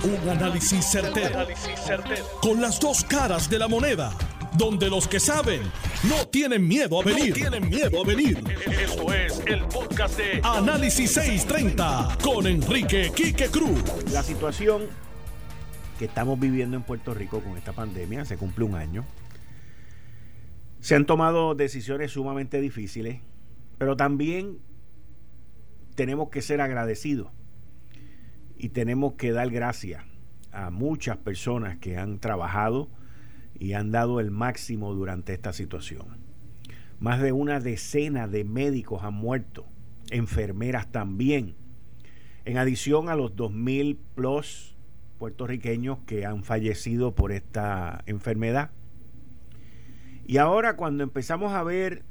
Un análisis certero, con las dos caras de la moneda, donde los que saben no tienen miedo a venir. Esto es el podcast de Análisis 630 con Enrique Quique Cruz. La situación que estamos viviendo en Puerto Rico con esta pandemia, se cumple un año. Se han tomado decisiones sumamente difíciles, pero también tenemos que ser agradecidos y tenemos que dar gracias a muchas personas que han trabajado y han dado el máximo durante esta situación. Más de una decena de médicos han muerto, enfermeras también, en adición a los 2,000 plus puertorriqueños que han fallecido por esta enfermedad. Y ahora, cuando empezamos a ver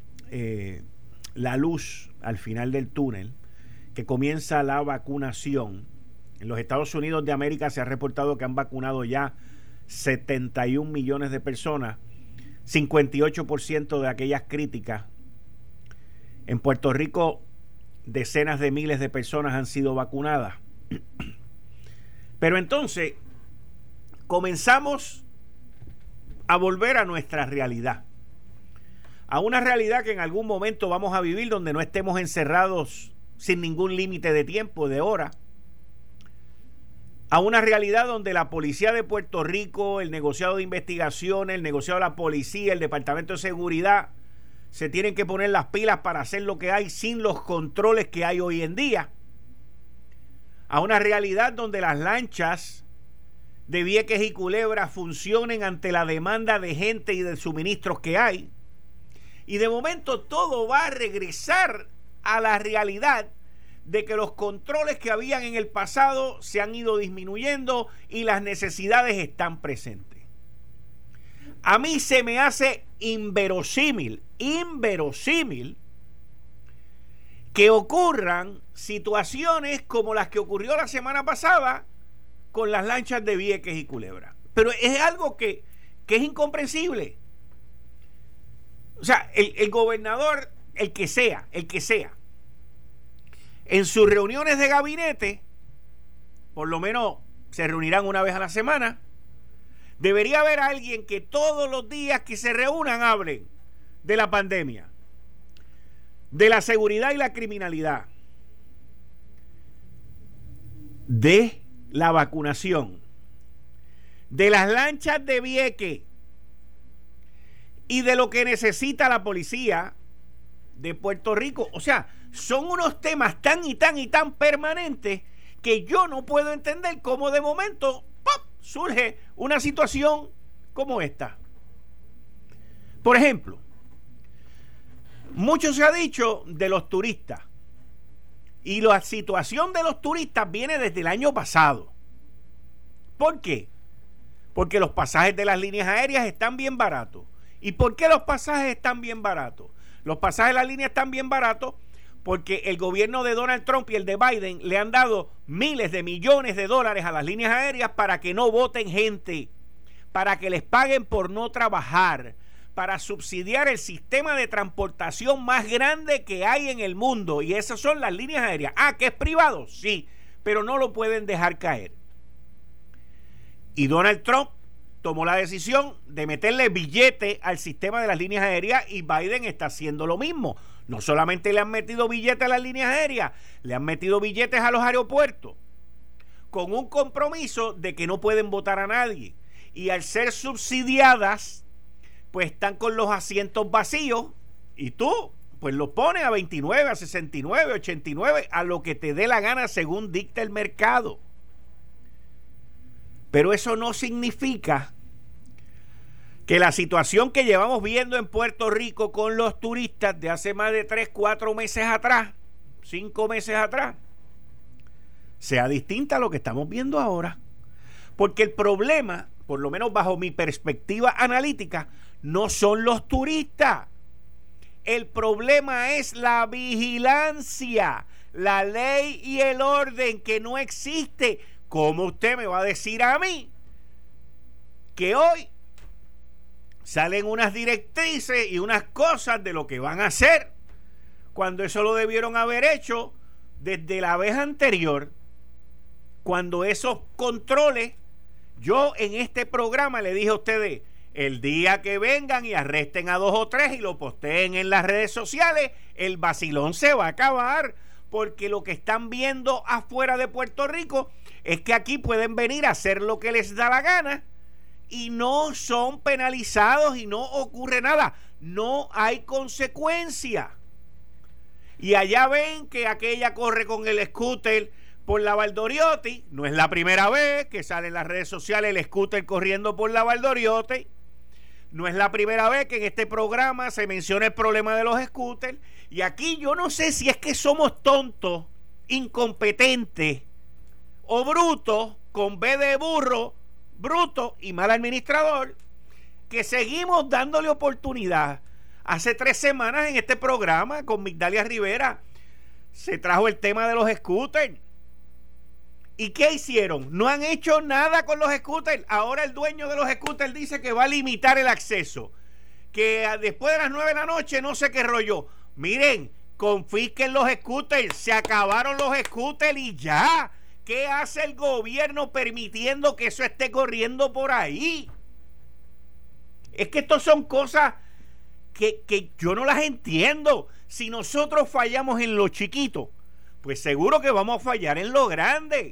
la luz al final del túnel, que comienza la vacunación, en los Estados Unidos de América se ha reportado que han vacunado ya 71 millones de personas, 58% de aquellas críticas. En Puerto Rico, decenas de miles de personas han sido vacunadas. Pero entonces, comenzamos a volver a nuestra realidad. A una realidad que en algún momento vamos a vivir, donde no estemos encerrados sin ningún límite de tiempo, de hora. A una realidad donde la policía de Puerto Rico, el negociado de investigaciones, el negociado de la policía, el departamento de seguridad, se tienen que poner las pilas para hacer lo que hay sin los controles que hay hoy en día. A una realidad donde las lanchas de Vieques y Culebra funcionen ante la demanda de gente y de suministros que hay. Y de momento todo va a regresar a la realidad de que los controles que habían en el pasado se han ido disminuyendo y las necesidades están presentes. A mí se me hace inverosímil que ocurran situaciones como las que ocurrió la semana pasada con las lanchas de Vieques y Culebra. Pero es algo que es incomprensible. O sea, el gobernador, el que sea, en sus reuniones de gabinete, por lo menos se reunirán una vez a la semana, debería haber alguien que todos los días que se reúnan hablen de la pandemia, de la seguridad y la criminalidad, de la vacunación, de las lanchas de Vieques y de lo que necesita la policía de Puerto Rico. O sea, son unos temas tan permanentes que yo no puedo entender cómo de momento ¡pop!, surge una situación como esta. Por ejemplo, mucho se ha dicho de los turistas, y la situación de los turistas viene desde el año pasado. ¿Por qué? Porque los pasajes de las líneas aéreas están bien baratos. ¿Y por qué los pasajes están bien baratos? Los pasajes de las líneas están bien baratos porque el gobierno de Donald Trump y el de Biden le han dado miles de millones de dólares a las líneas aéreas para que no voten gente, para que les paguen por no trabajar, para subsidiar el sistema de transportación más grande que hay en el mundo. Y esas son las líneas aéreas. Ah, ¿que es privado? Sí, pero no lo pueden dejar caer. Y Donald Trump tomó la decisión de meterle billete al sistema de las líneas aéreas, y Biden está haciendo lo mismo. No solamente le han metido billetes a las líneas aéreas, le han metido billetes a los aeropuertos, con un compromiso de que no pueden votar a nadie. Y al ser subsidiadas, pues están con los asientos vacíos, y tú pues los pones a 29, a 69, 89, a lo que te dé la gana según dicta el mercado. Pero eso no significa que la situación que llevamos viendo en Puerto Rico con los turistas de hace más de 3, 4 meses atrás, 5 meses atrás, sea distinta a lo que estamos viendo ahora. Porque el problema, por lo menos bajo mi perspectiva analítica, no son los turistas. El problema es la vigilancia, la ley y el orden que no existe. ¿Cómo usted me va a decir a mí que hoy salen unas directrices y unas cosas de lo que van a hacer, cuando eso lo debieron haber hecho desde la vez anterior? cuando esos controles, yo en este programa le dije a ustedes, el día que vengan y arresten a 2 o 3 y lo posteen en las redes sociales, el vacilón se va a acabar, porque lo que están viendo afuera de Puerto Rico es que aquí pueden venir a hacer lo que les da la gana y no son penalizados y no ocurre nada, no hay consecuencia. Y allá ven que aquella corre con el scooter por la Valdoriotti, no es la primera vez que sale en las redes sociales el scooter corriendo por la Valdoriotti. No es la primera vez que en este programa se menciona el problema de los scooters. Y aquí yo no sé si es que somos tontos, incompetentes o brutos, con B de burro, bruto y mal administrador, que seguimos dándole oportunidad. Hace 3 semanas en este programa con Migdalia Rivera se trajo el tema de los scooters. ¿Y qué hicieron? No han hecho nada con los scooters. Ahora el dueño de los scooters dice que va a limitar el acceso, que después de las 9 de la noche no sé qué rollo. Miren, confisquen los scooters, se acabaron los scooters y ya. ¿Qué hace el gobierno permitiendo que eso esté corriendo por ahí? Es que estas son cosas que yo no las entiendo. Si nosotros fallamos en lo chiquito, pues seguro que vamos a fallar en lo grande.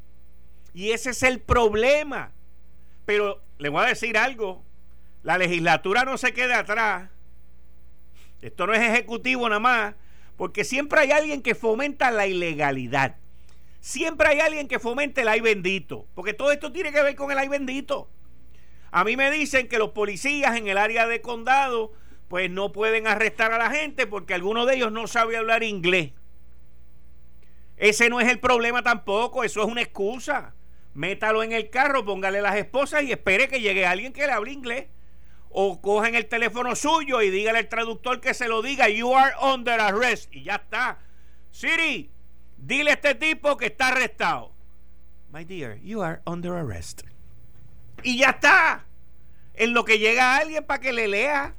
Y ese es el problema. Pero le voy a decir algo, la legislatura no se quede atrás. Esto no es ejecutivo nada más, porque siempre hay alguien que fomenta la ilegalidad. Siempre hay alguien que fomenta el ay bendito, porque todo esto tiene que ver con el ay bendito. A mí me dicen que los policías en el área de condado pues no pueden arrestar a la gente porque alguno de ellos no sabe hablar inglés. Ese no es el problema tampoco, eso es una excusa. Métalo en el carro, póngale las esposas y espere que llegue alguien que le hable inglés. O cogen el teléfono suyo y dígale al traductor que se lo diga, you are under arrest, y ya está. Siri, dile a este tipo que está arrestado. My dear, you are under arrest. Y ya está. En lo que llega alguien para que le lea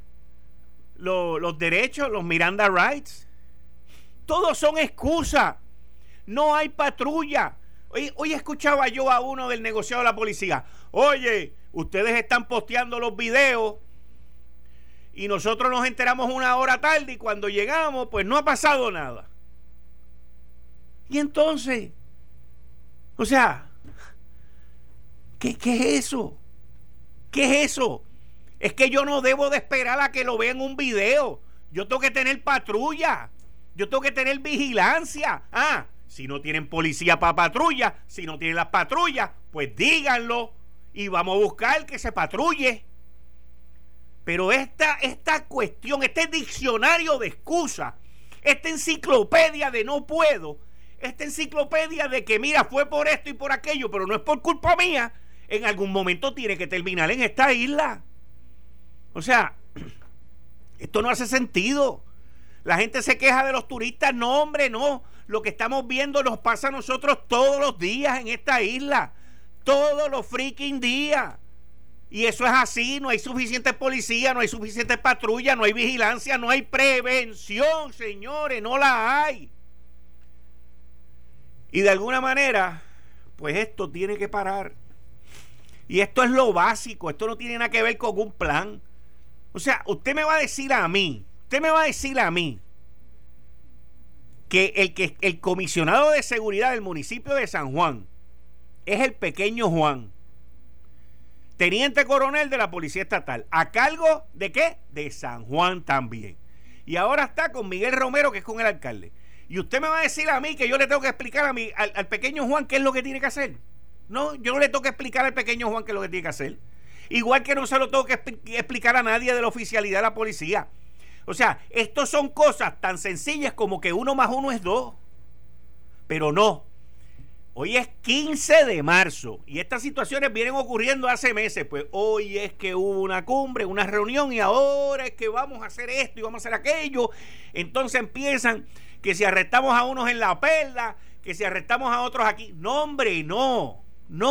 los derechos, los Miranda Rights. Todos son excusas. No hay patrulla. Hoy escuchaba yo a uno del negociado de la policía. Oye, ustedes están posteando los videos y nosotros nos enteramos 1 hora tarde y cuando llegamos pues no ha pasado nada. Y entonces, o sea, ¿qué es eso? ¿Qué es eso? Es que yo no debo de esperar a que lo vean un video. Yo tengo que tener patrulla. Yo tengo que tener vigilancia. Si no tienen policía para patrulla, si no tienen las patrullas, pues díganlo y vamos a buscar que se patrulle. Pero esta cuestión, este diccionario de excusas, esta enciclopedia de no puedo, esta enciclopedia de que mira, fue por esto y por aquello, pero no es por culpa mía, en algún momento tiene que terminar en esta isla. O sea, esto no hace sentido. La gente se queja de los turistas. No, hombre, no. Lo que estamos viendo nos pasa a nosotros todos los días en esta isla. Todos los freaking días. Y eso es así. No hay suficiente policía, no hay suficiente patrulla, no hay vigilancia, no hay prevención, señores. No la hay. Y de alguna manera, pues esto tiene que parar. Y esto es lo básico. Esto no tiene nada que ver con un plan. O sea, usted me va a decir a mí que el comisionado de seguridad del municipio de San Juan es el pequeño Juan, teniente coronel de la Policía Estatal, a cargo ¿de qué? De San Juan también. Y ahora está con Miguel Romero, que es con el alcalde. Y usted me va a decir a mí que yo le tengo que explicar al pequeño Juan qué es lo que tiene que hacer. No, yo no le tengo que explicar al pequeño Juan qué es lo que tiene que hacer. Igual que no se lo tengo que explicar a nadie de la oficialidad de la policía. O sea, estos son cosas tan sencillas como que 1 más 1 es 2. Pero no. Hoy es 15 de marzo y estas situaciones vienen ocurriendo hace meses. Pues hoy es que hubo una cumbre, una reunión y ahora es que vamos a hacer esto y vamos a hacer aquello. Entonces empiezan que si arrestamos a unos en La Perla, que si arrestamos a otros aquí. No, hombre, no.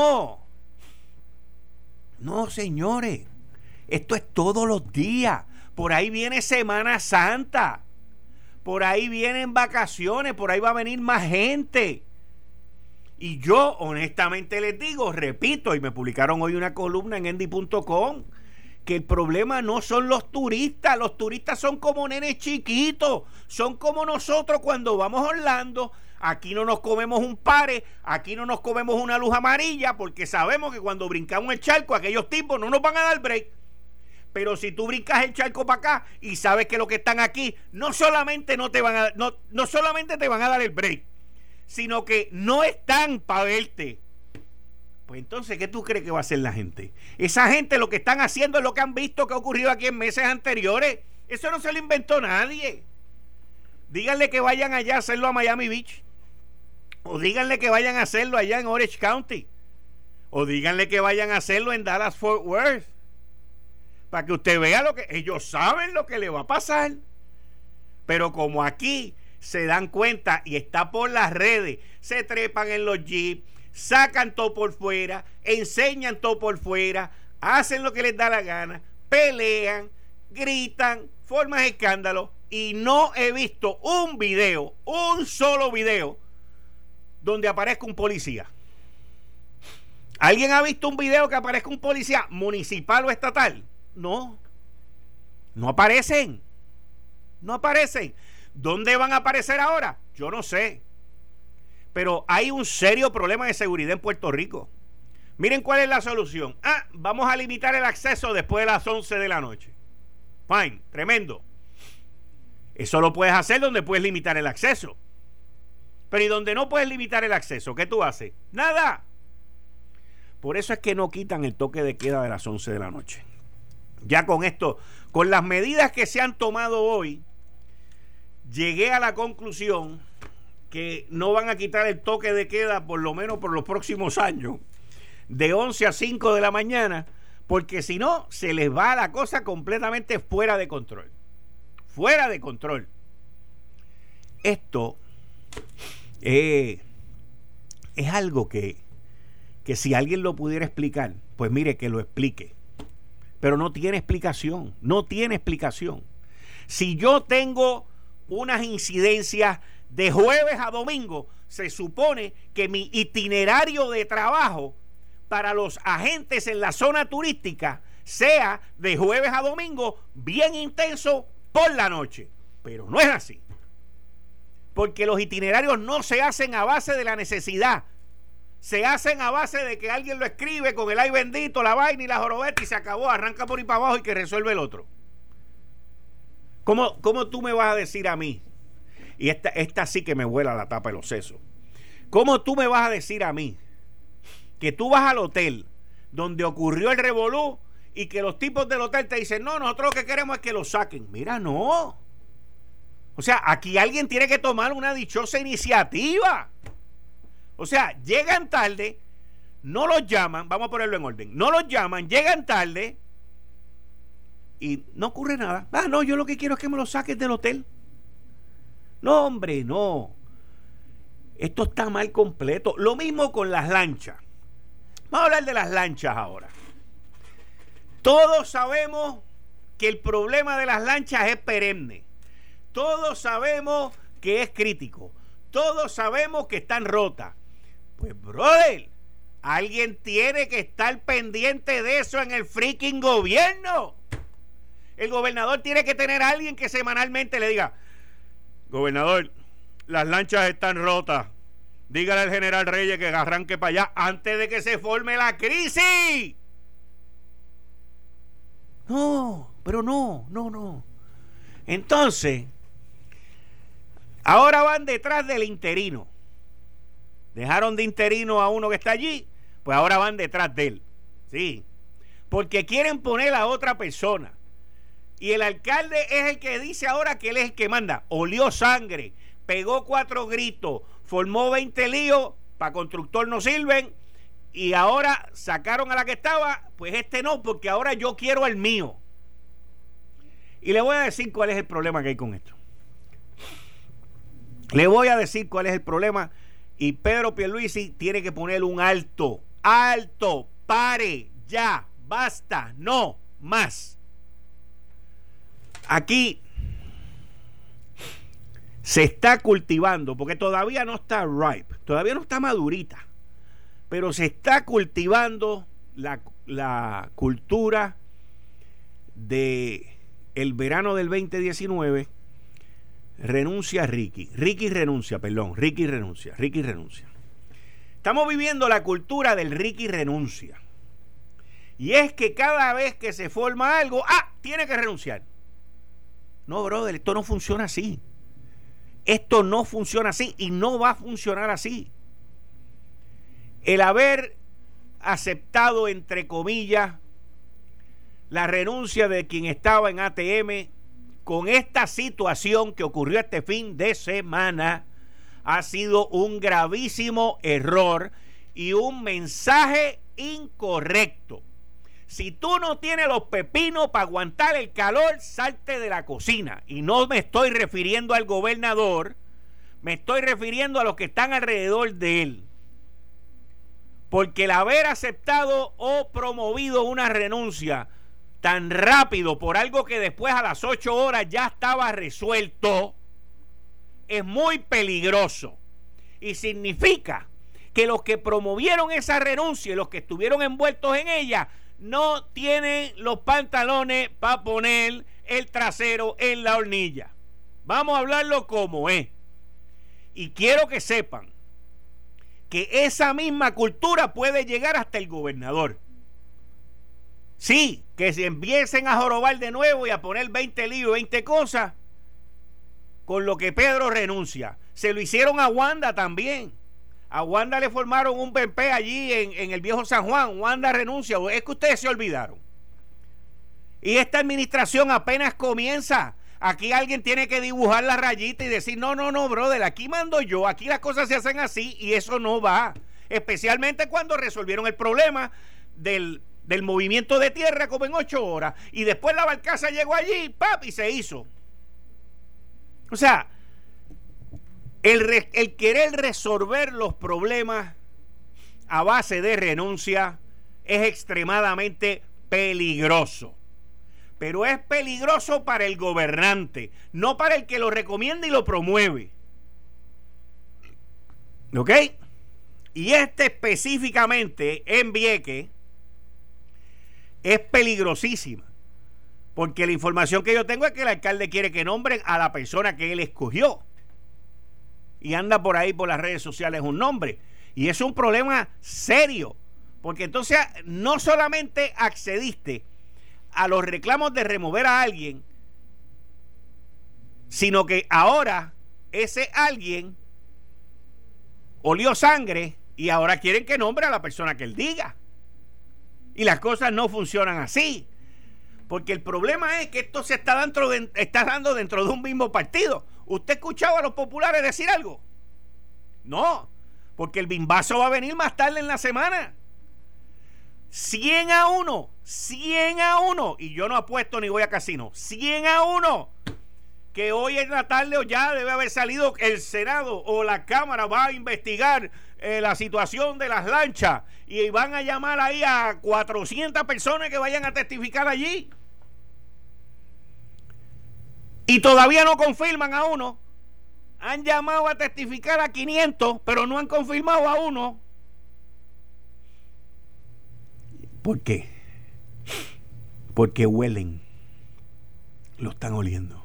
No, señores. Esto es todos los días. Por ahí viene Semana Santa. Por ahí vienen vacaciones. Por ahí va a venir más gente. Y yo honestamente les digo, repito, y me publicaron hoy una columna en endy.com, que el problema no son los turistas son como nenes chiquitos, son como nosotros cuando vamos a Orlando. Aquí no nos comemos un pare, aquí no nos comemos una luz amarilla, porque sabemos que cuando brincamos el charco, aquellos tipos no nos van a dar break. Pero si tú brincas el charco para acá y sabes que los que están aquí no solamente no solamente te van a dar el break, sino que no están para verte. Pues entonces, ¿qué tú crees que va a hacer la gente? Esa gente lo que están haciendo es lo que han visto que ha ocurrido aquí en meses anteriores. Eso no se lo inventó nadie. Díganle que vayan allá a hacerlo a Miami Beach. O díganle que vayan a hacerlo allá en Orange County. O díganle que vayan a hacerlo en Dallas Fort Worth. Para que usted vea lo que ellos saben lo que le va a pasar. Pero como aquí se dan cuenta y está por las redes, se trepan en los jeeps, sacan todo por fuera, enseñan todo por fuera, hacen lo que les da la gana, pelean, gritan, forman escándalos, y no he visto un solo video donde aparezca un policía. ¿Alguien ha visto un video que aparezca un policía municipal o estatal? No aparecen. ¿Dónde van a aparecer ahora? Yo no sé. Pero hay un serio problema de seguridad en Puerto Rico. Miren cuál es la solución. Vamos a limitar el acceso después de las 11 de la noche. Fine, tremendo. Eso lo puedes hacer donde puedes limitar el acceso. Pero ¿y donde no puedes limitar el acceso? ¿Qué tú haces? Nada. Por eso es que no quitan el toque de queda de las 11 de la noche. Ya con esto, con las medidas que se han tomado hoy, llegué a la conclusión que no van a quitar el toque de queda por lo menos por los próximos años, de 11 a 5 de la mañana, porque si no, se les va la cosa completamente fuera de control. Fuera de control. Esto es algo que si alguien lo pudiera explicar, pues mire, que lo explique. Pero no tiene explicación. Si yo tengo unas incidencias de jueves a domingo, se supone que mi itinerario de trabajo para los agentes en la zona turística sea de jueves a domingo bien intenso por la noche. Pero no es así. Porque los itinerarios no se hacen a base de la necesidad. Se hacen a base de que alguien lo escribe con el ay bendito, la vaina y la jorobeta y se acabó, arranca por ahí para abajo y que resuelve el otro. ¿Cómo tú me vas a decir a mí? Y esta sí que me vuela la tapa de los sesos. ¿Cómo tú me vas a decir a mí que tú vas al hotel donde ocurrió el revolú y que los tipos del hotel te dicen, no, nosotros lo que queremos es que lo saquen? Mira, no. O sea, aquí alguien tiene que tomar una dichosa iniciativa. O sea, llegan tarde, no los llaman, vamos a ponerlo en orden, no los llaman, llegan tarde y no ocurre nada. No, yo lo que quiero es que me lo saques del hotel. No, hombre, no. Esto está mal completo. Lo mismo con las lanchas. Vamos a hablar de las lanchas ahora. Todos sabemos que el problema de las lanchas es perenne. Todos sabemos que es crítico. Todos sabemos que están rotas. Pues, brother, alguien tiene que estar pendiente de eso en el freaking gobierno. El gobernador tiene que tener a alguien que semanalmente le diga, gobernador, las lanchas están rotas. Dígale al general Reyes que arranque para allá antes de que se forme la crisis. No, pero no. Entonces, ahora van detrás del interino. Dejaron de interino a uno que está allí, pues ahora van detrás de él. Sí, porque quieren poner a otra persona. Y el alcalde es el que dice ahora que él es el que manda. Olió sangre, pegó 4 gritos, formó 20 líos, para constructor no sirven, y ahora sacaron a la que estaba, pues este no, porque ahora yo quiero al mío. Y le voy a decir cuál es el problema que hay con esto. Le voy a decir cuál es el problema. Y Pedro Pierluisi tiene que poner un alto, pare, ya, basta, no más. Aquí se está cultivando, porque todavía no está ripe, todavía no está madurita. pero se está cultivando la cultura de el verano del 2019. Ricky renuncia. Estamos viviendo la cultura del Ricky renuncia. Y es que cada vez que se forma algo, tiene que renunciar. No, brother, esto no funciona así. Esto no funciona así y no va a funcionar así. El haber aceptado, entre comillas, la renuncia de quien estaba en ATM con esta situación que ocurrió este fin de semana ha sido un gravísimo error y un mensaje incorrecto. Si tú no tienes los pepinos para aguantar el calor, salte de la cocina. Y no me estoy refiriendo al gobernador, me estoy refiriendo a los que están alrededor de él. Porque el haber aceptado o promovido una renuncia tan rápido por algo que después a las 8 horas ya estaba resuelto es muy peligroso. Y significa que los que promovieron esa renuncia y los que estuvieron envueltos en ella no tienen los pantalones para poner el trasero en la hornilla. Vamos a hablarlo como es. Y quiero que sepan que esa misma cultura puede llegar hasta el gobernador. Sí, que se empiecen a jorobar de nuevo y a poner 20 líos, 20 cosas, con lo que Pedro renuncia. Se lo hicieron a Wanda también. A Wanda le formaron un PP allí en el viejo San Juan. Wanda renuncia. Es que ustedes se olvidaron. Y esta administración apenas comienza. Aquí alguien tiene que dibujar la rayita y decir, no, brother, aquí mando yo, aquí las cosas se hacen así y eso no va. Especialmente cuando resolvieron el problema del movimiento de tierra como en 8 horas. Y después la barcaza llegó allí, ¡pap! Y se hizo. O sea, el querer resolver los problemas a base de renuncia es extremadamente peligroso. Pero es peligroso para el gobernante, no para el que lo recomienda y lo promueve. ¿Ok? Y específicamente en Vieques es peligrosísima. Porque la información que yo tengo es que el alcalde quiere que nombren a la persona que él escogió. Y anda por ahí por las redes sociales un nombre. Y es un problema serio. Porque entonces no solamente accediste a los reclamos de remover a alguien, sino que ahora ese alguien olió sangre y ahora quieren que nombre a la persona que él diga. Y las cosas no funcionan así. Porque el problema es que esto se está dando dentro de un mismo partido. ¿Usted ha escuchado a los populares decir algo? No, porque el bimbazo va a venir más tarde en la semana. 100-1, y yo no apuesto ni voy a casino. 100-1, que hoy en la tarde o ya debe haber salido el Senado o la Cámara va a investigar la situación de las lanchas y van a llamar ahí a 400 personas que vayan a testificar allí. Y todavía no confirman a uno. Han llamado a testificar a 500, pero no han confirmado a uno. ¿Por qué? Porque huelen. Lo están oliendo.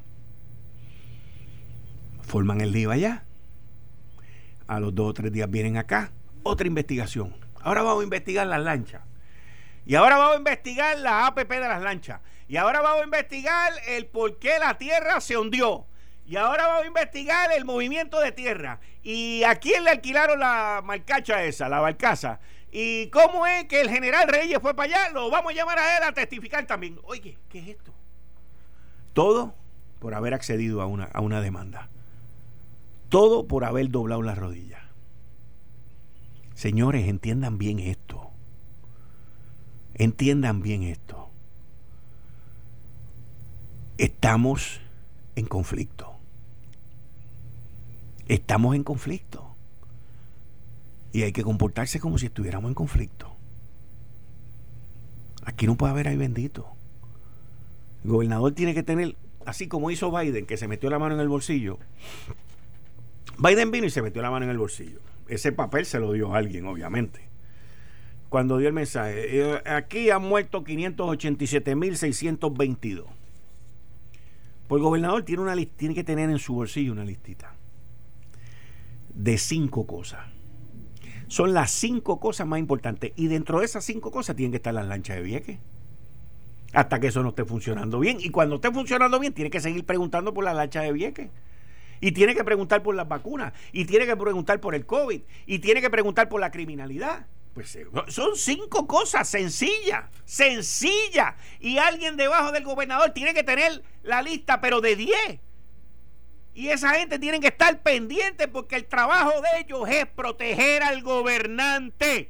Forman el lío allá. A los 2 o 3 días vienen acá. Otra investigación. Ahora vamos a investigar las lanchas. Y ahora vamos a investigar la APP de las lanchas. Y ahora vamos a investigar el por qué la tierra se hundió. Y ahora vamos a investigar el movimiento de tierra. Y a quién le alquilaron la marcacha esa, la barcaza. Y cómo es que el general Reyes fue para allá. Lo vamos a llamar a él a testificar también. Oye, ¿qué es esto? Todo por haber accedido a una demanda. Todo por haber doblado la rodilla. Señores, entiendan bien esto. Entiendan bien esto. Estamos en conflicto. Estamos en conflicto. Y hay que comportarse como si estuviéramos en conflicto. Aquí no puede haber ay bendito. El gobernador tiene que tener, así como hizo Biden, que se metió la mano en el bolsillo. Biden vino y se metió la mano en el bolsillo. Ese papel se lo dio a alguien, obviamente. cuando dio el mensaje. Aquí han muerto 587.622. Pues el gobernador tiene que tener en su bolsillo una listita de 5 cosas. Son las 5 cosas más importantes. Y dentro de esas 5 cosas tienen que estar las lanchas de Vieques. Hasta que eso no esté funcionando bien. Y cuando esté funcionando bien, tiene que seguir preguntando por las lanchas de Vieques. Y tiene que preguntar por las vacunas. Y tiene que preguntar por el COVID. Y tiene que preguntar por la criminalidad. Pues son 5 cosas sencillas. Y alguien debajo del gobernador tiene que tener la lista, pero de 10. Y esa gente tiene que estar pendiente porque el trabajo de ellos es proteger al gobernante.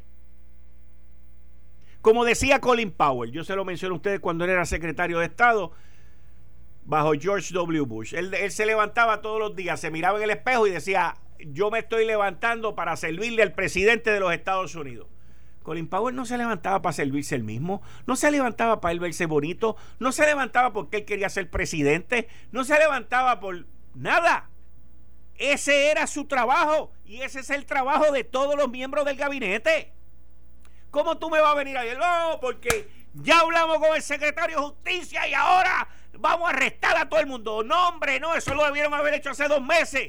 Como decía Colin Powell, yo se lo mencioné a ustedes cuando él era secretario de Estado bajo George W. Bush. Él se levantaba todos los días, se miraba en el espejo y decía: yo me estoy levantando para servirle al presidente de los Estados Unidos. Colin Powell no se levantaba para servirse él mismo, no se levantaba para él verse bonito, no se levantaba porque él quería ser presidente, no se levantaba por nada. Ese era su trabajo y ese es el trabajo de todos los miembros del gabinete. ¿Cómo tú me vas a venir a decir, no, porque ya hablamos con el secretario de Justicia y ahora vamos a arrestar a todo el mundo? No, hombre, no, eso lo debieron haber hecho hace 2 meses.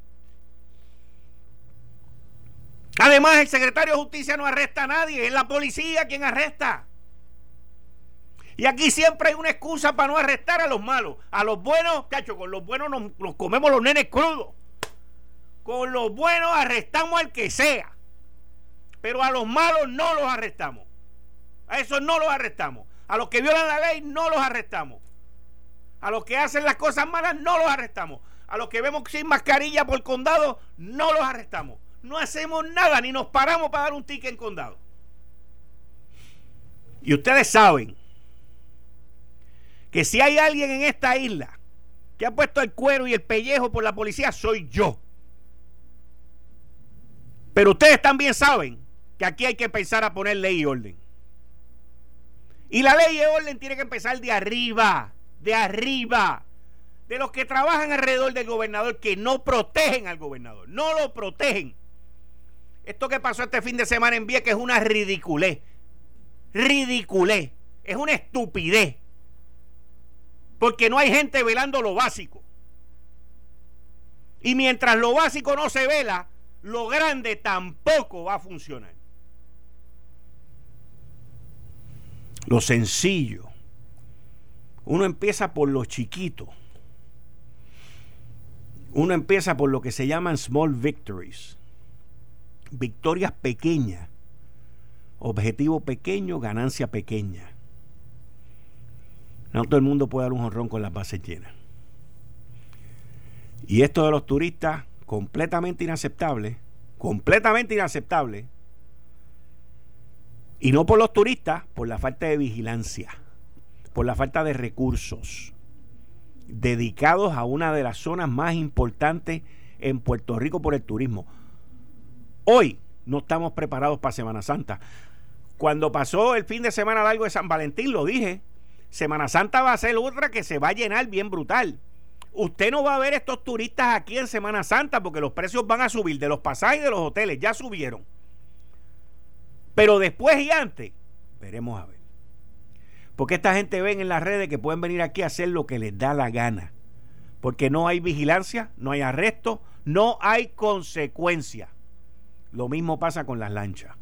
Además, el secretario de Justicia no arresta a nadie, es la policía quien arresta. Y aquí siempre hay una excusa para no arrestar a los malos. A los buenos, cacho, con los buenos nos comemos los nenes crudos. Con los buenos arrestamos al que sea. Pero a los malos no los arrestamos. A esos no los arrestamos. A los que violan la ley no los arrestamos. A los que hacen las cosas malas no los arrestamos. A los que vemos sin mascarilla por condado no los arrestamos. No hacemos nada, ni nos paramos para dar un ticket en condado. Y ustedes saben que si hay alguien en esta isla que ha puesto el cuero y el pellejo por la policía, soy yo. Pero ustedes también saben que aquí hay que empezar a poner ley y orden. Y la ley y orden tiene que empezar de arriba, de los que trabajan alrededor del gobernador, que no protegen al gobernador, no lo protegen. Esto que pasó este fin de semana en Vieques es una ridiculez, es una estupidez, porque no hay gente velando lo básico. Y mientras lo básico no se vela, lo grande tampoco va a funcionar. Lo sencillo. Uno empieza por lo chiquito. Uno empieza por lo que se llaman small victories. Victorias pequeñas. Objetivo pequeño, ganancia pequeña. No todo el mundo puede dar un jonrón con las bases llenas. Y esto de los turistas, completamente inaceptable. Y no por los turistas, por la falta de vigilancia, por la falta de recursos dedicados a una de las zonas más importantes en Puerto Rico por el turismo. Hoy no estamos preparados para Semana Santa. Cuando pasó el fin de semana largo de San Valentín, lo dije, Semana Santa va a ser otra que se va a llenar bien brutal. Usted no va a ver estos turistas aquí en Semana Santa porque los precios van a subir de los pasajes y de los hoteles, ya subieron. Pero después y antes, veremos a ver. Porque esta gente ven en las redes que pueden venir aquí a hacer lo que les da la gana. Porque no hay vigilancia, no hay arresto, no hay consecuencia. Lo mismo pasa con las lanchas.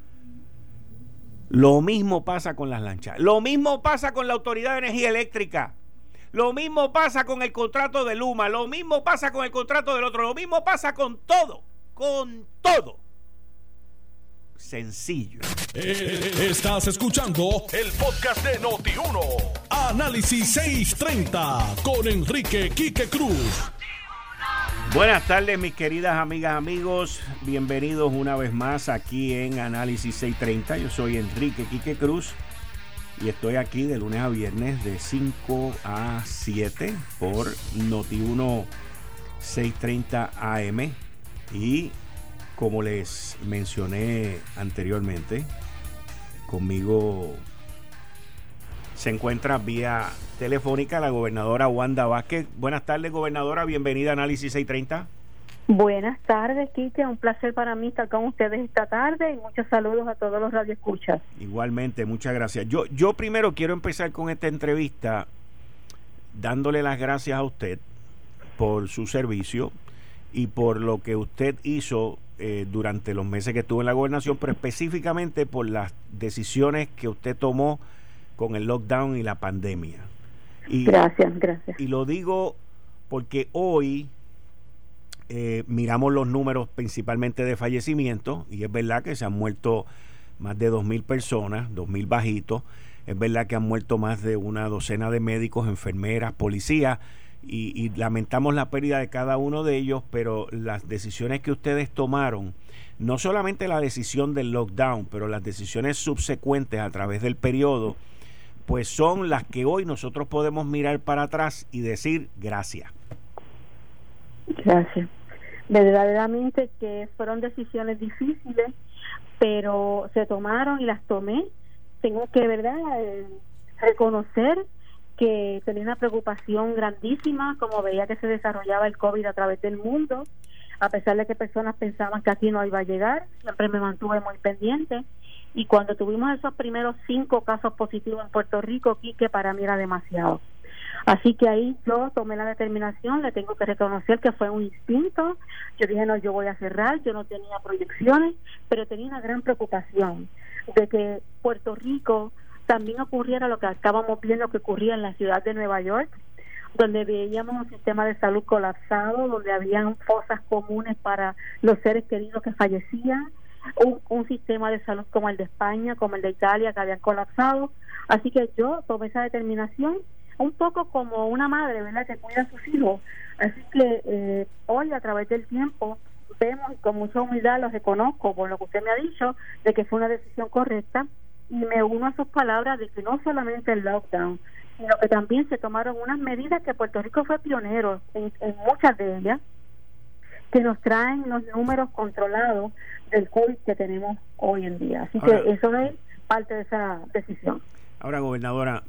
Lo mismo pasa con las lanchas. Lo mismo pasa con la Autoridad de Energía Eléctrica. Lo mismo pasa con el contrato de Luma. Lo mismo pasa con el contrato del otro. Lo mismo pasa con todo. Con todo. Sencillo. Estás escuchando el podcast de Noti1. Análisis 630 con Enrique Quique Cruz. Buenas tardes, mis queridas amigas, amigos. Bienvenidos una vez más aquí en Análisis 630. Yo soy Enrique Quique Cruz y estoy aquí de lunes a viernes de 5 a 7 por Noti1 630 AM. Y como les mencioné anteriormente, conmigo se encuentra vía telefónica la gobernadora Wanda Vázquez. Buenas tardes, gobernadora. Bienvenida a Análisis 630. Buenas tardes, Quique. Un placer para mí estar con ustedes esta tarde y muchos saludos a todos los radioescuchas. Igualmente, muchas gracias. Yo primero quiero empezar con esta entrevista dándole las gracias a usted por su servicio y por lo que usted hizo durante los meses que estuvo en la gobernación, pero específicamente por las decisiones que usted tomó con el lockdown y la pandemia. Gracias. Y lo digo porque hoy miramos los números principalmente de fallecimientos, y es verdad que se han muerto más de 2,000 personas, 2,000 bajitos. Es verdad que han muerto más de una docena de médicos, enfermeras, policías, y lamentamos la pérdida de cada uno de ellos, pero las decisiones que ustedes tomaron, no solamente la decisión del lockdown, pero las decisiones subsecuentes a través del periodo, pues son las que hoy nosotros podemos mirar para atrás y decir gracias. Gracias. Verdaderamente que fueron decisiones difíciles, pero se tomaron y las tomé. Tengo que, reconocer que tenía una preocupación grandísima, como veía que se desarrollaba el COVID a través del mundo, a pesar de que personas pensaban que aquí no iba a llegar. Siempre me mantuve muy pendiente, y cuando tuvimos esos primeros 5 casos positivos en Puerto Rico, que para mí era demasiado. Así que ahí yo tomé la determinación, le tengo que reconocer que fue un instinto. Yo dije, no, yo voy a cerrar. Yo no tenía proyecciones, pero tenía una gran preocupación de que Puerto Rico también ocurriera lo que estábamos viendo que ocurría en la ciudad de Nueva York, donde veíamos un sistema de salud colapsado, donde habían fosas comunes para los seres queridos que fallecían, un sistema de salud como el de España, como el de Italia, que habían colapsado. Así que yo tomé esa determinación, un poco como una madre, ¿verdad?, que cuida a sus hijos. Así que hoy, a través del tiempo, vemos, y con mucha humildad lo reconozco por lo que usted me ha dicho, de que fue una decisión correcta, y me uno a sus palabras de que no solamente el lockdown, sino que también se tomaron unas medidas que Puerto Rico fue pionero en muchas de ellas, que nos traen los números controlados del COVID que tenemos hoy en día. Así ahora, que eso es parte de esa decisión. Ahora, gobernadora,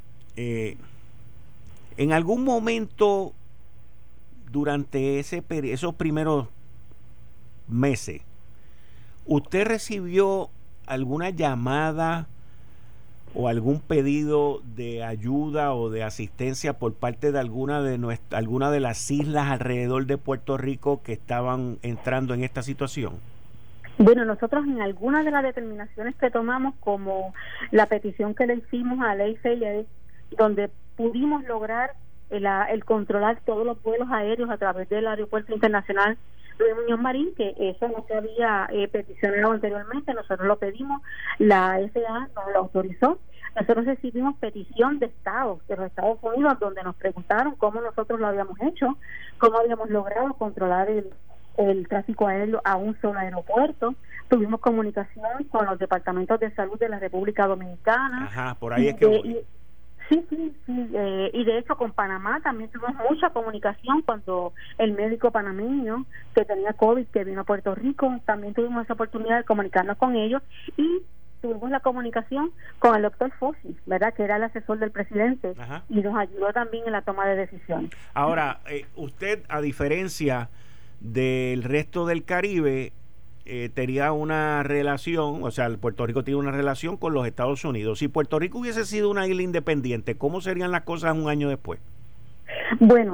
en algún momento durante esos primeros meses, ¿usted recibió alguna llamada o algún pedido de ayuda o de asistencia por parte de alguna de las islas alrededor de Puerto Rico que estaban entrando en esta situación? Bueno, nosotros en algunas de las determinaciones que tomamos, como la petición que le hicimos a la FAA, donde pudimos lograr el controlar todos los vuelos aéreos a través del Aeropuerto Internacional Luis Muñoz Marín, que eso no se había peticionado anteriormente. Nosotros lo pedimos, la FAA nos lo autorizó. Nosotros recibimos petición de estados, de los Estados Unidos, donde nos preguntaron cómo nosotros lo habíamos hecho, cómo habíamos logrado controlar el tráfico aéreo a un solo aeropuerto. Tuvimos comunicación con los departamentos de salud de la República Dominicana. Ajá, por ahí es que voy. Sí, y de hecho con Panamá también tuvimos mucha comunicación cuando el médico panameño que tenía COVID, que vino a Puerto Rico, también tuvimos esa oportunidad de comunicarnos con ellos, y tuvimos la comunicación con el doctor Fossi, ¿verdad?, que era el asesor del presidente. Ajá. Y nos ayudó también en la toma de decisiones. Ahora, usted, a diferencia del resto del Caribe, tenía una relación, o sea, Puerto Rico tiene una relación con los Estados Unidos. Si Puerto Rico hubiese sido una isla independiente, ¿cómo serían las cosas un año después? Bueno,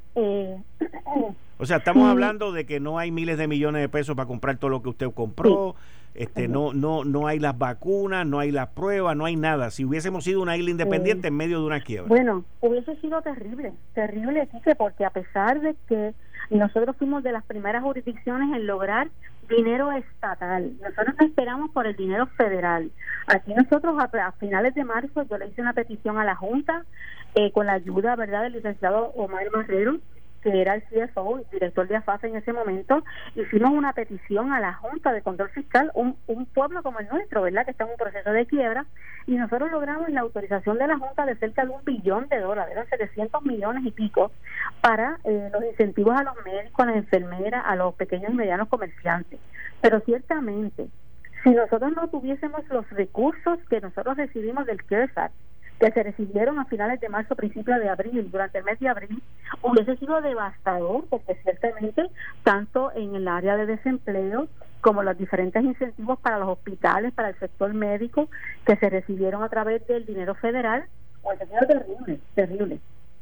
o sea, estamos hablando de que no hay miles de millones de pesos para comprar todo lo que usted compró. No hay las vacunas, no hay las pruebas, no hay nada. Si hubiésemos sido una isla independiente en medio de una quiebra. Bueno, hubiese sido terrible, Quique, porque a pesar de que nosotros fuimos de las primeras jurisdicciones en lograr dinero estatal, nosotros no esperamos por el dinero federal. Aquí nosotros a finales de marzo yo le hice una petición a la Junta con la ayuda, ¿verdad?, del licenciado Omar Marrero, que era el CFO, el director de AFAFE en ese momento. Hicimos una petición a la Junta de Control Fiscal, un pueblo como el nuestro, ¿verdad?, que está en un proceso de quiebra, y nosotros logramos la autorización de la Junta de cerca de $1 billón, eran 700 millones y pico, para los incentivos a los médicos, a las enfermeras, a los pequeños y medianos comerciantes. Pero ciertamente, si nosotros no tuviésemos los recursos que nosotros recibimos del CARES Act, que se recibieron a finales de marzo, principios de abril, durante el mes de abril, hubiese sido devastador, porque ciertamente tanto en el área de desempleo como los diferentes incentivos para los hospitales, para el sector médico, que se recibieron a través del dinero federal, pues ha sido terrible, terrible.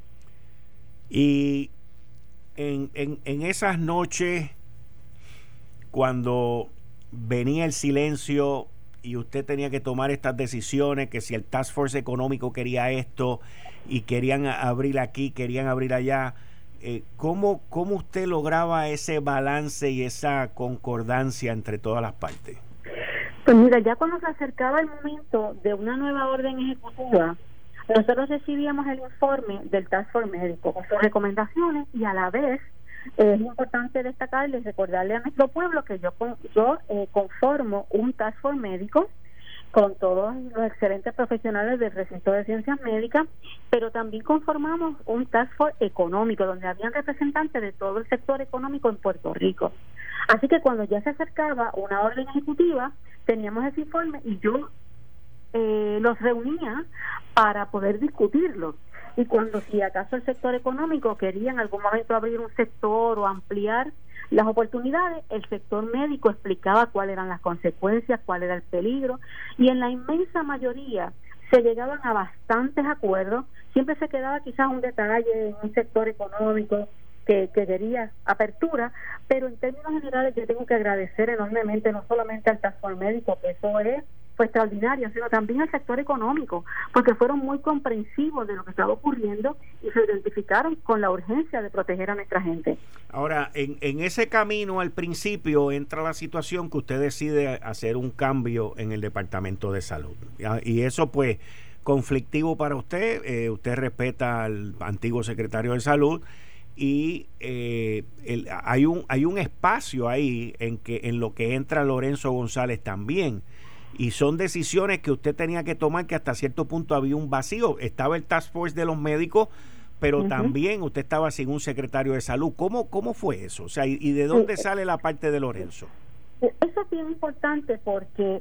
Y en esas noches, cuando venía el silencio y usted tenía que tomar estas decisiones, que si el Task Force económico quería esto y querían abrir aquí, querían abrir allá, ¿cómo usted lograba ese balance y esa concordancia entre todas las partes? Pues mira, ya cuando se acercaba el momento de una nueva orden ejecutiva, nosotros recibíamos el informe del Task Force médico con sus recomendaciones, y a la vez es importante destacarles, recordarle a nuestro pueblo que yo conformo un Task Force médico con todos los excelentes profesionales del recinto de ciencias médicas, pero también conformamos un Task Force económico donde habían representantes de todo el sector económico en Puerto Rico. Así que cuando ya se acercaba una orden ejecutiva, teníamos ese informe y yo los reunía para poder discutirlo. Y cuando si acaso el sector económico quería en algún momento abrir un sector o ampliar las oportunidades, el sector médico explicaba cuáles eran las consecuencias, cuál era el peligro, y en la inmensa mayoría se llegaban a bastantes acuerdos. Siempre se quedaba quizás un detalle en un sector económico que quería apertura, pero en términos generales yo tengo que agradecer enormemente no solamente al Task Force médico, que eso fue extraordinario, sino también al sector económico, porque fueron muy comprensivos de lo que estaba ocurriendo y se identificaron con la urgencia de proteger a nuestra gente. Ahora, en ese camino al principio entra la situación que usted decide hacer un cambio en el Departamento de Salud, y eso pues conflictivo para usted. Usted respeta al antiguo secretario de Salud y hay un espacio ahí en lo que entra Lorenzo González también, y son decisiones que usted tenía que tomar, que hasta cierto punto había un vacío. Estaba el Task Force de los médicos, pero también usted estaba sin un secretario de Salud. ¿Cómo fue eso? O sea, ¿y de dónde sale la parte de Lorenzo? Eso es bien importante porque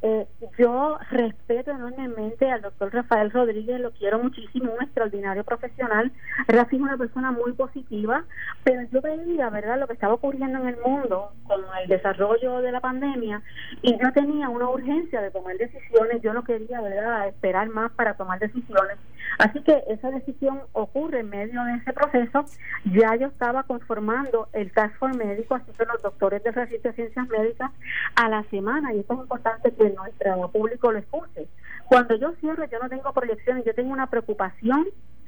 yo respeto enormemente al doctor Rafael Rodríguez, lo quiero muchísimo, un extraordinario profesional. Rafi es una persona muy positiva, pero yo veía, ¿verdad?, lo que estaba ocurriendo en el mundo con el desarrollo de la pandemia, y yo tenía una urgencia de tomar decisiones. Yo no quería, ¿verdad?, esperar más para tomar decisiones. Así que esa decisión ocurre en medio de ese proceso. Ya yo estaba conformando el Task Force médico, así que los doctores del recinto de ciencias médicas a la semana, y esto es importante que nuestro público lo escuche. Cuando yo cierro, yo no tengo proyecciones, yo tengo una preocupación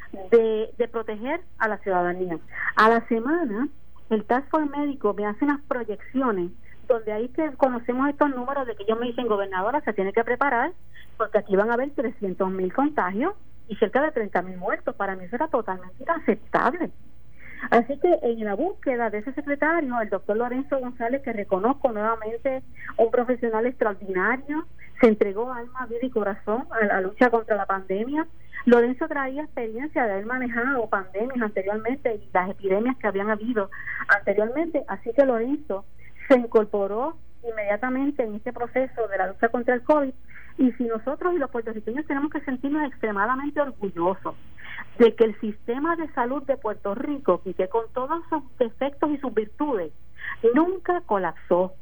de proteger a la ciudadanía. A la semana, el Task Force médico me hace unas proyecciones donde ahí que conocemos estos números de que ellos me dicen: gobernadora, se tiene que preparar porque aquí van a haber 300,000 contagios y cerca de 30,000 muertos. Para mí eso era totalmente inaceptable. Así que en la búsqueda de ese secretario, el doctor Lorenzo González, que reconozco nuevamente un profesional extraordinario, se entregó alma, vida y corazón a la lucha contra la pandemia. Lorenzo traía experiencia de haber manejado pandemias anteriormente y las epidemias que habían habido anteriormente, así que Lorenzo se incorporó inmediatamente en este proceso de la lucha contra el COVID. Y si nosotros y los puertorriqueños tenemos que sentirnos extremadamente orgullosos de que el sistema de salud de Puerto Rico, y que con todos sus defectos y sus virtudes, nunca colapsó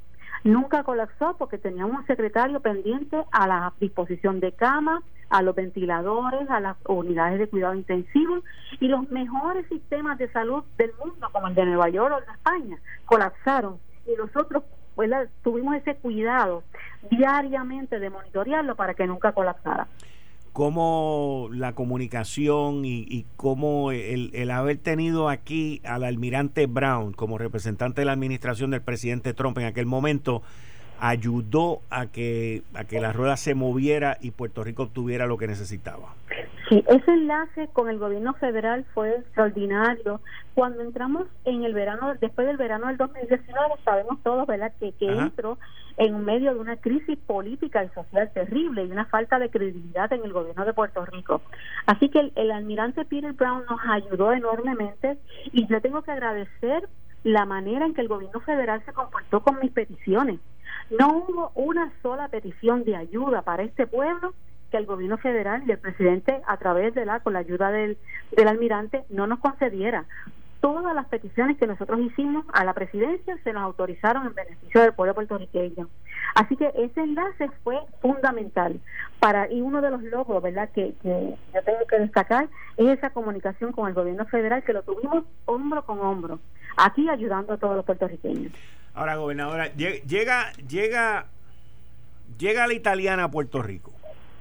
porque teníamos un secretario pendiente a la disposición de camas, a los ventiladores, a las unidades de cuidado intensivo, y los mejores sistemas de salud del mundo, como el de Nueva York o el de España, colapsaron, y nosotros tuvimos ese cuidado diariamente de monitorearlo para que nunca colapsara. Cómo la comunicación y cómo el haber tenido aquí al almirante Brown como representante de la administración del presidente Trump en aquel momento ayudó a que la rueda se moviera y Puerto Rico obtuviera lo que necesitaba. Sí, ese enlace con el gobierno federal fue extraordinario. Cuando entramos en el verano, después del verano del 2019, sabemos todos, ¿verdad?, que entró en medio de una crisis política y social terrible y una falta de credibilidad en el gobierno de Puerto Rico. Así que el almirante Peter Brown nos ayudó enormemente, y yo tengo que agradecer la manera en que el gobierno federal se comportó con mis peticiones. No hubo una sola petición de ayuda para este pueblo que el gobierno federal y el presidente, a través con la ayuda del almirante, no nos concediera. Todas las peticiones que nosotros hicimos a la presidencia se nos autorizaron en beneficio del pueblo puertorriqueño. Así que ese enlace fue fundamental y uno de los logros, ¿verdad?, que yo tengo que destacar es esa comunicación con el gobierno federal, que lo tuvimos hombro con hombro, aquí ayudando a todos los puertorriqueños. Ahora, gobernadora, llega la italiana a Puerto Rico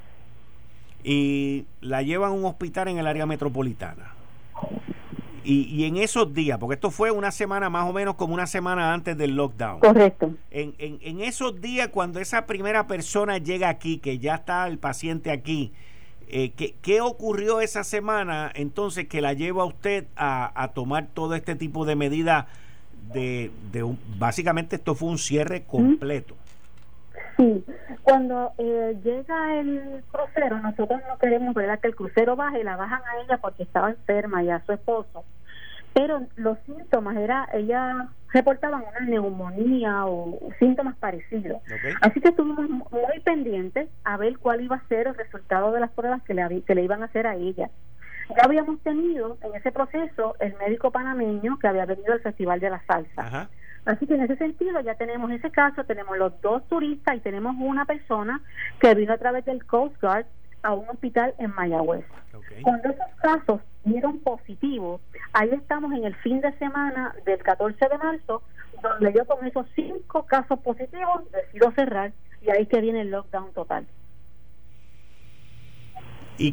y la llevan a un hospital en el área metropolitana. Y en esos días, porque esto fue una semana, más o menos como una semana antes del lockdown. Correcto. En esos días, cuando esa primera persona llega aquí, que ya está el paciente aquí, ¿qué ocurrió esa semana entonces que la lleva a usted a tomar todo este tipo de medidas básicamente esto fue un cierre completo? Sí, cuando llega el crucero, nosotros no queremos, ¿verdad?, que el crucero baje, la bajan a ella porque estaba enferma y a su esposo, pero los síntomas ella reportaban una neumonía o síntomas parecidos. Okay. Así que estuvimos muy pendientes a ver cuál iba a ser el resultado de las pruebas que le iban a hacer a ella. Ya habíamos tenido en ese proceso el médico panameño que había venido al Festival de la Salsa. Ajá. Así que en ese sentido ya tenemos ese caso, tenemos los 2 turistas y tenemos una persona que vino a través del Coast Guard a un hospital en Mayagüez. Okay. Cuando esos casos dieron positivos, ahí estamos en el fin de semana del 14 de marzo, donde yo con esos 5 casos positivos decido cerrar y ahí que viene el lockdown total. ¿Y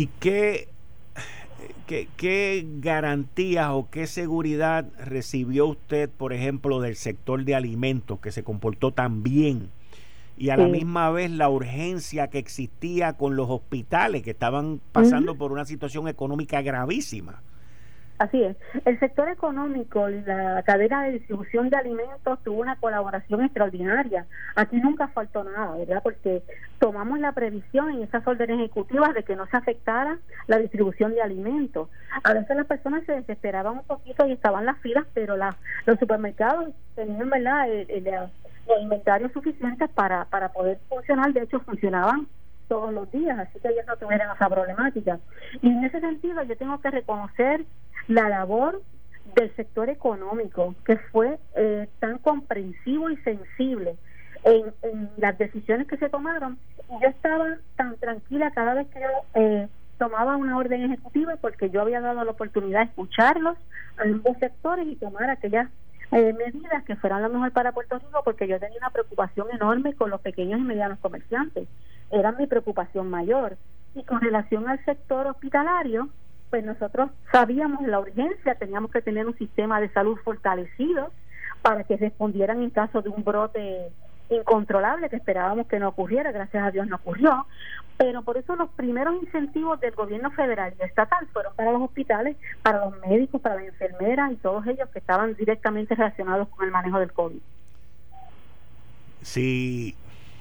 ¿Qué garantías o qué seguridad recibió usted, por ejemplo, del sector de alimentos, que se comportó tan bien, y a la misma vez la urgencia que existía con los hospitales que estaban pasando por una situación económica gravísima? Así es. El sector económico y la cadena de distribución de alimentos tuvo una colaboración extraordinaria. Aquí nunca faltó nada, ¿verdad? Porque tomamos la previsión en esas órdenes ejecutivas de que no se afectara la distribución de alimentos. A veces las personas se desesperaban un poquito y estaban las filas, pero los supermercados tenían, ¿verdad?, los inventarios suficientes para poder funcionar. De hecho, funcionaban todos los días, así que ellos no tuvieran esa problemática. Y en ese sentido yo tengo que reconocer la labor del sector económico, que fue tan comprensivo y sensible en las decisiones que se tomaron. Yo estaba tan tranquila cada vez que yo tomaba una orden ejecutiva, porque yo había dado la oportunidad de escucharlos a ambos sectores y tomar aquellas medidas que fueran lo mejor para Puerto Rico, porque yo tenía una preocupación enorme con los pequeños y medianos comerciantes. Era mi preocupación mayor. Y con relación al sector hospitalario, pues nosotros sabíamos la urgencia, teníamos que tener un sistema de salud fortalecido para que respondieran en caso de un brote incontrolable, que esperábamos que no ocurriera. Gracias a Dios no ocurrió, pero por eso los primeros incentivos del gobierno federal y estatal fueron para los hospitales, para los médicos, para las enfermeras y todos ellos que estaban directamente relacionados con el manejo del COVID. Sí,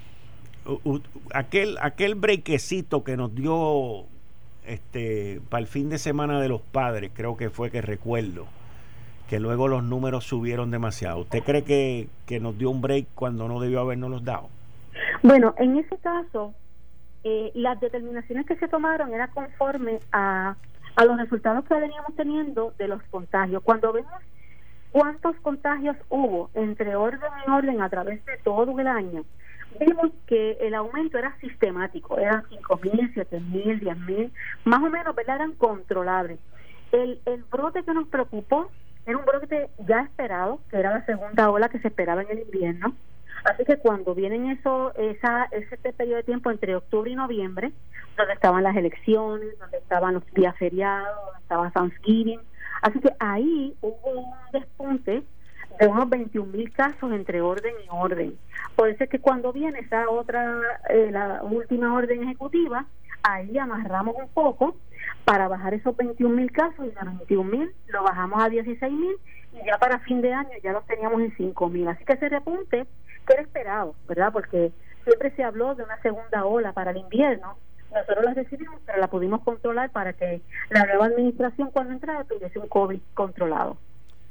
aquel brequecito que nos dio para el fin de semana de los padres, creo que fue, que recuerdo que luego los números subieron demasiado. ¿Usted cree que nos dio un break cuando no debió habernos dado? Bueno, en ese caso las determinaciones que se tomaron eran conforme a los resultados que veníamos teniendo de los contagios. Cuando vemos cuántos contagios hubo entre orden y orden a través de todo el año, vimos que el aumento era sistemático, eran 5,000, 7,000, 10,000, más o menos, ¿verdad?, eran controlables. El brote que nos preocupó era un brote ya esperado, que era la segunda ola que se esperaba en el invierno. Así que cuando vienen ese periodo de tiempo entre octubre y noviembre, donde estaban las elecciones, donde estaban los días feriados, donde estaba Thanksgiving, así que ahí hubo un despunte de unos 21,000 casos entre orden y orden. Por eso es que cuando viene esa otra, la última orden ejecutiva, ahí amarramos un poco para bajar esos 21,000 casos, y de 21,000 lo bajamos a 16,000, y ya para fin de año ya los teníamos en 5,000. Así que ese repunte que era esperado, ¿verdad? Porque siempre se habló de una segunda ola para el invierno. Nosotros la recibimos, pero la pudimos controlar para que la nueva administración, cuando entrara, tuviese un COVID controlado.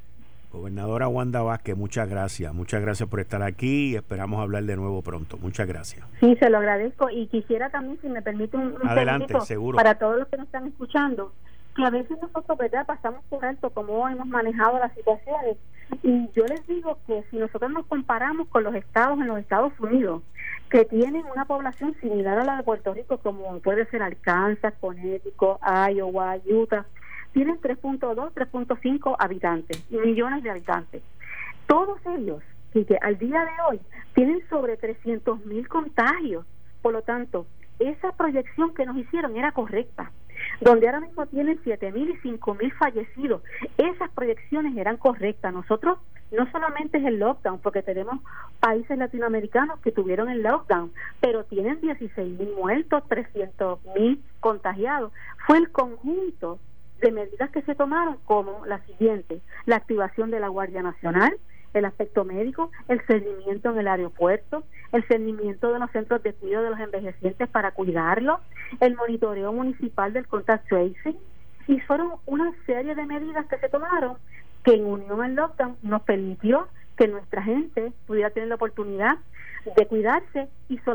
Gobernadora Wanda Vázquez, muchas gracias por estar aquí y esperamos hablar de nuevo pronto. Muchas gracias. Sí, se lo agradezco y quisiera también, si me permite un adelante, seguro, para todos los que nos están escuchando, que a veces nosotros, ¿verdad?, pasamos por alto cómo hemos manejado las situaciones, y yo les digo que si nosotros nos comparamos con los estados en los Estados Unidos que tienen una población similar a la de Puerto Rico, como puede ser Arkansas, Connecticut, Iowa, Utah, tienen 3.2, 3.5 habitantes, millones de habitantes. Todos ellos, que al día de hoy tienen sobre 300,000 contagios. Por lo tanto, esa proyección que nos hicieron era correcta. Donde ahora mismo tienen 7,000 y 5,000 fallecidos, esas proyecciones eran correctas. Nosotros no solamente es el lockdown, porque tenemos países latinoamericanos que tuvieron el lockdown, pero tienen 16,000 muertos, 300,000 contagiados. Fue el conjunto de medidas que se tomaron, como la siguiente: la activación de la Guardia Nacional, el aspecto médico, el cernimiento en el aeropuerto, el cernimiento de los centros de cuidado de los envejecientes para cuidarlos, el monitoreo municipal del contact tracing, y fueron una serie de medidas que se tomaron que, en unión al lockdown, nos permitió que nuestra gente pudiera tener la oportunidad de cuidarse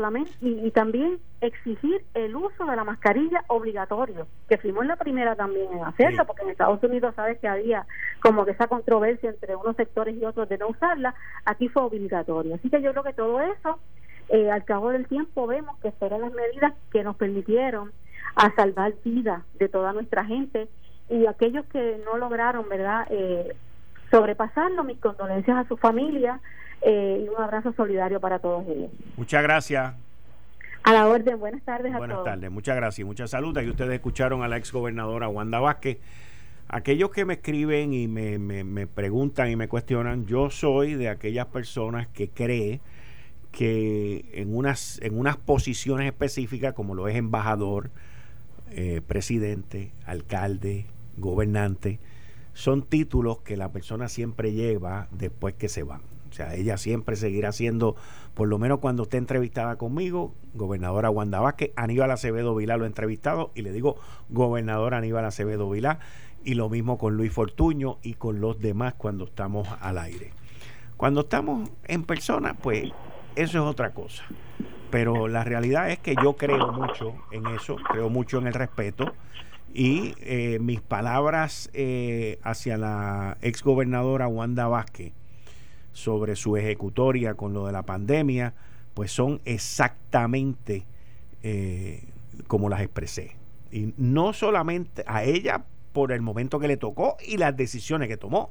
y también exigir el uso de la mascarilla obligatorio, que fuimos la primera también en hacerlo, porque en Estados Unidos sabes que había como que esa controversia entre unos sectores y otros de no usarla. Aquí fue obligatorio, así que yo creo que todo eso, al cabo del tiempo vemos que fueron las medidas que nos permitieron a salvar vidas de toda nuestra gente, y aquellos que no lograron, ¿verdad?, sobrepasarlo, mis condolencias a su familia, y un abrazo solidario para todos ellos. Muchas gracias. A la orden, buenas tardes a todos. Buenas tardes, muchas gracias y muchas saludos. Y ustedes escucharon a la exgobernadora Wanda Vázquez. Aquellos que me escriben y me preguntan y me cuestionan, yo soy de aquellas personas que cree que en unas posiciones específicas, como lo es embajador, presidente, alcalde, gobernante, son títulos que la persona siempre lleva después que se van. O sea, ella siempre seguirá siendo, por lo menos cuando esté entrevistada conmigo, gobernadora Wanda Vázquez. Aníbal Acevedo Vilá lo he entrevistado y le digo gobernadora Aníbal Acevedo Vilá, y lo mismo con Luis Fortuño y con los demás cuando estamos al aire. Cuando estamos en persona, pues eso es otra cosa. Pero la realidad es que yo creo mucho en eso, creo mucho en el respeto, y mis palabras hacia la exgobernadora Wanda Vázquez sobre su ejecutoria con lo de la pandemia, pues son exactamente como las expresé. Y no solamente a ella por el momento que le tocó y las decisiones que tomó,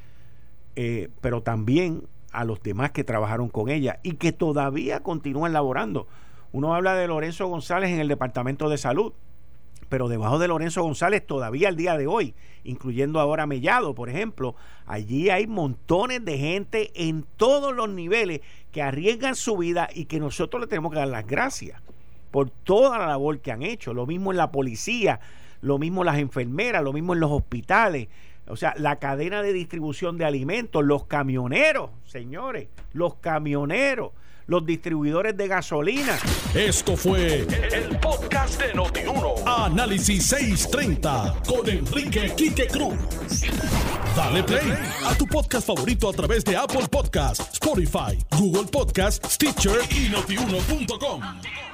pero también a los demás que trabajaron con ella y que todavía continúan laborando. Uno habla de Lorenzo González en el Departamento de Salud, pero debajo de Lorenzo González todavía al día de hoy, incluyendo ahora Mellado, por ejemplo, allí hay montones de gente en todos los niveles que arriesgan su vida y que nosotros le tenemos que dar las gracias por toda la labor que han hecho. Lo mismo en la policía, lo mismo las enfermeras, lo mismo en los hospitales. O sea, la cadena de distribución de alimentos, los camioneros, señores, los camioneros, los distribuidores de gasolina. Esto fue el podcast de Noti1. Análisis 630 con Enrique Quique Cruz. Dale play a tu podcast favorito a través de Apple Podcasts, Spotify, Google Podcasts, Stitcher y Notiuno.com.